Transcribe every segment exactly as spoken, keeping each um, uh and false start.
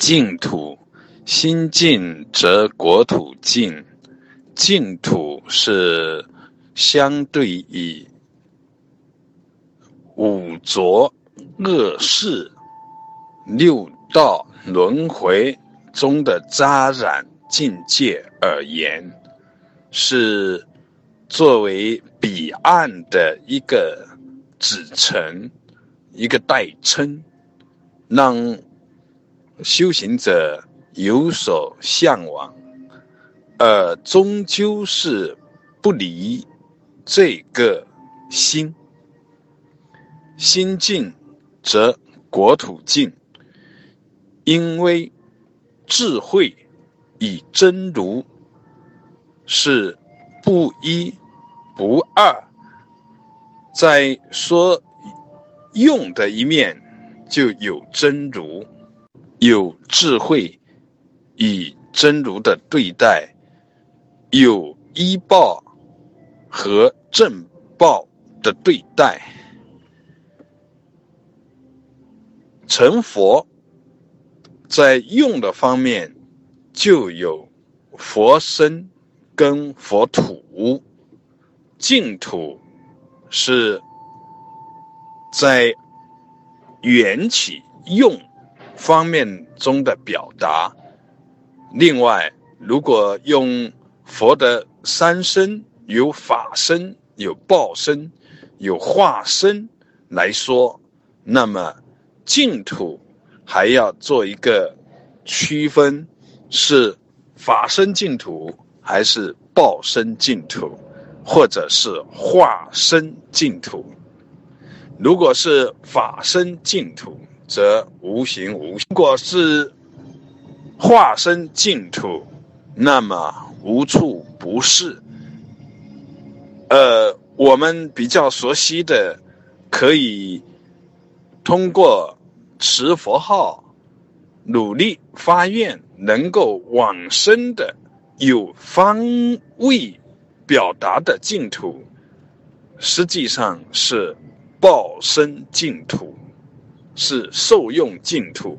净土，心净则国土净。净土是相对于五浊恶世六道轮回中的杂染境界而言，是作为彼岸的一个指称，一个代称，让修行者有所向往，而终究是不离这个心。心净则国土净，因为智慧与真如是不一不二，在说用的一面就有真如，有智慧与真如的对待，有依报和正报的对待。成佛在用的方面就有佛身跟佛土，净土是在缘起用方面中的表达。另外，如果用佛的三身，有法身、有报身、有化身来说，那么净土还要做一个区分，是法身净土还是报身净土，或者是化身净土。如果是法身净土，则无形无相；如果是化身净土，那么无处不是。呃，我们比较熟悉的，可以通过持佛号，努力发愿，能够往生的有方位表达的净土，实际上是报身净土，是受用净土。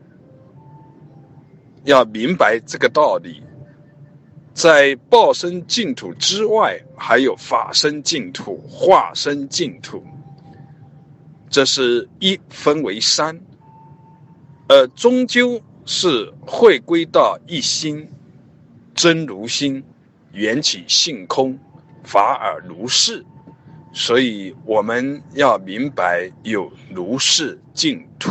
要明白这个道理，在报身净土之外，还有法身净土、化身净土，这是一分为三，而终究是会归到一心，真如心，缘起性空，法尔如是。所以我们要明白有如是净土。